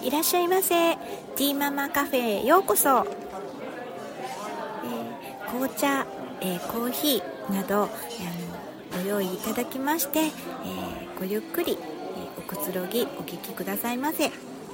いらっしゃいませ。ティーママカフェへようこそ。紅茶、コーヒーなどご用意いただきまして、ごゆっくり、おくつろぎお聞きくださいませ。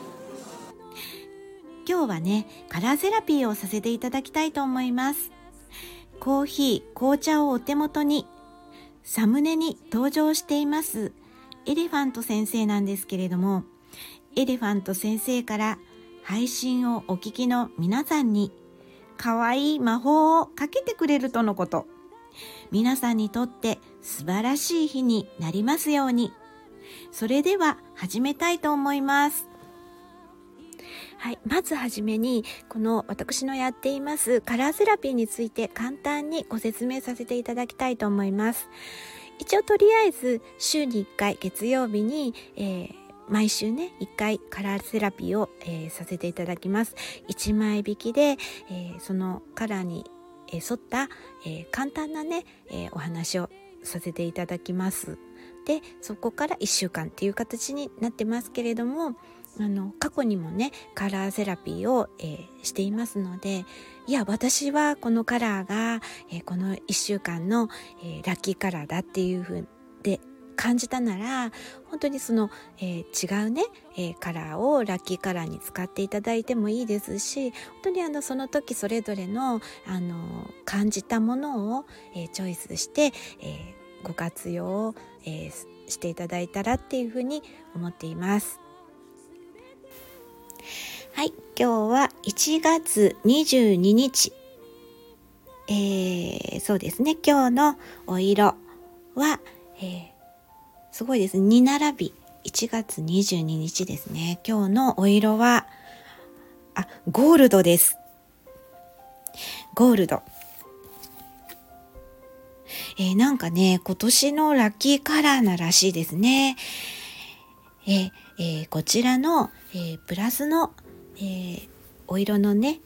今日はね、カラーセラピーをさせていただきたいと思います。コーヒー、紅茶をお手元に、サムネに登場していますエレファント先生なんですけれども、エレファント先生から配信をお聞きの皆さんに可愛い魔法をかけてくれるとのこと。皆さんにとって素晴らしい日になりますように。それでは始めたいと思います。はい、まずはじめにこの私のやっていますカラーセラピーについて簡単にご説明させていただきたいと思います。一応とりあえず週に1回月曜日に、毎週ね1回カラーセラピーを、させていただきます。1枚引きで、そのカラーに、沿った、簡単なね、お話をさせていただきます。でそこから1週間っていう形になってますけれども、過去にもねカラーセラピーを、していますので、いや私はこのカラーが、この1週間の、ラッキーカラーだっていう風で感じたなら、本当にその、違うね、カラーをラッキーカラーに使っていただいてもいいですし、本当にその時それぞれの、感じたものを、チョイスして、ご活用を、していただいたらっていうふうに思っています。はい、今日は1月22日、そうですね、今日のお色は、すごいですね、2並び1月22日ですね。今日のお色はゴールドです。ゴールド、なんかね今年のラッキーカラーならしいですね。こちらの、プラスの、お色のね、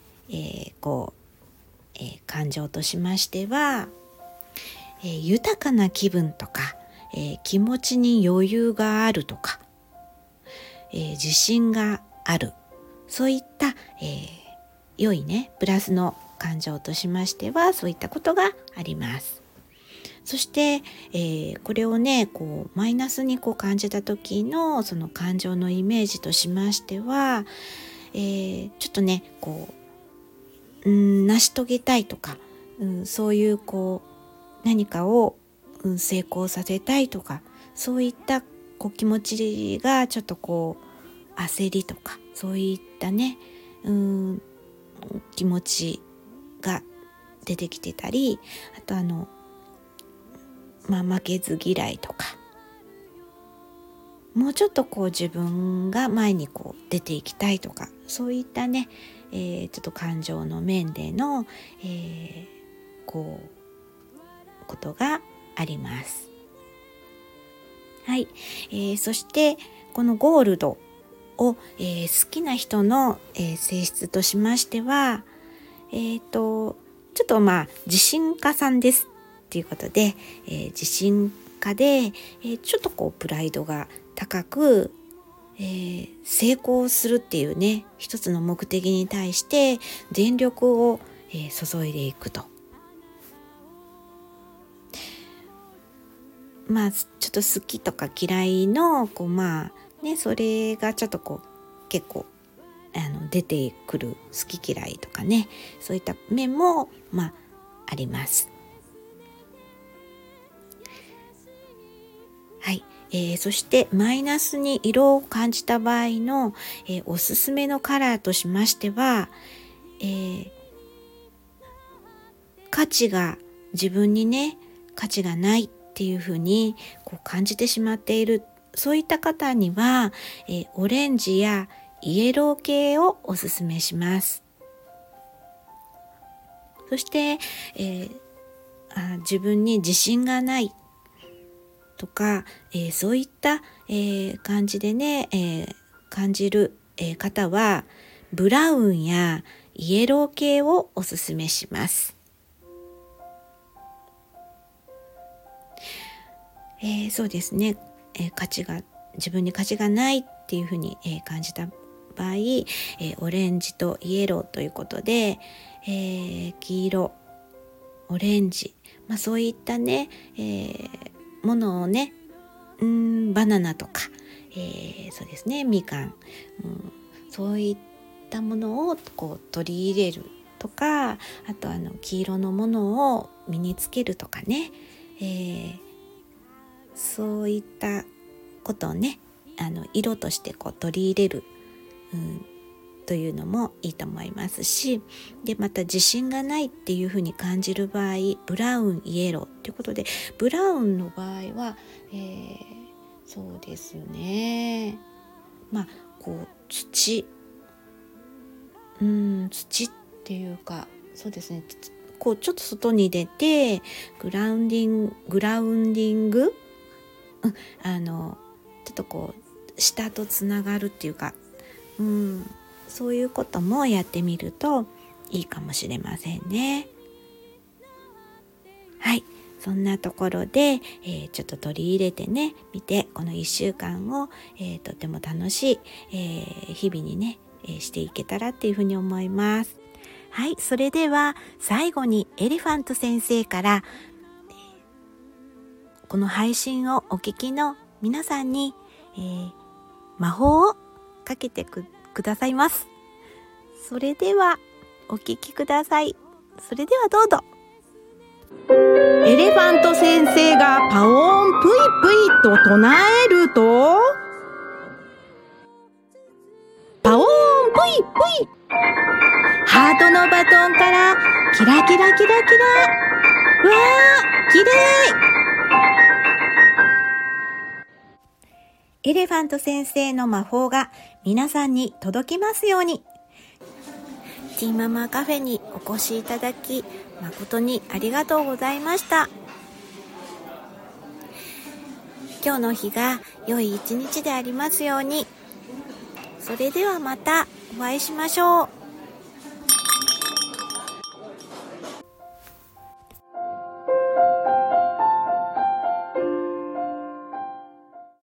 感情としましては、豊かな気分とか、気持ちに余裕があるとか、自信がある、そういった、良いねプラスの感情としましてはそういったことがあります。そして、これをねこうマイナスにこう感じた時のその感情のイメージとしましては、ちょっとねこう成し遂げたいとか、そういうこう何かを、成功させたいとか、そういったこう気持ちがちょっとこう焦りとか、そういったね気持ちが出てきてたり、あと負けず嫌いとか、もうちょっとこう自分が前にこう出ていきたいとか、そういったね、ちょっと感情の面での、こうことがあります。はい、そしてこのゴールドを、好きな人の、性質としましては、ちょっと自信家さんですっていうことで、自信家で、ちょっとこうプライドが高く、成功するっていうね一つの目的に対して全力を、注いでいくと、ちょっと好きとか嫌いのこうそれがちょっとこう結構出てくる好き嫌いとかね、そういった面もあります。はい、そしてマイナスに色を感じた場合の、おすすめのカラーとしましては、価値が自分にね価値がないっていうふうにこう感じてしまっている、そういった方には、オレンジやイエロー系をおすすめします。そして、自分に自信がないとか、そういった、感じでね、感じる、方はブラウンやイエロー系をおすすめします。そうですね、自分に価値がないっていうふうに、感じた場合、オレンジとイエローということで、黄色、オレンジ、そういったね、ものをね、バナナとか、そうですね、みかん、そういったものをこう取り入れるとか、あと黄色のものを身につけるとかね、そういったことをね、色としてこう取り入れる、というのもいいと思いますし、でまた自信がないっていうふうに感じる場合、ブラウン、イエローということで、ブラウンの場合は、そうですね、こう土っていうか、そうですね、こうちょっと外に出てグラウンディング、ちょっとこう下とつながるっていうか、そういうこともやってみるといいかもしれませんね。はい、そんなところで、ちょっと取り入れてね見て、この1週間を、とても楽しい、日々にね、していけたらっていうふうに思います。はい、それでは最後にエレファント先生から、この配信をお聞きの皆さんに、魔法をかけてくださいます。それではお聞きください。それではどうぞ。 エレファント先生がパオーンプイプイと唱えると、パオーンプイプイ、ハートのバトンからキラキラキラキラ、わー、きれい。エレファント先生の魔法が皆さんに届きますように。ティーママカフェにお越しいただき誠にありがとうございました。今日の日が良い一日でありますように。それではまたお会いしましょう。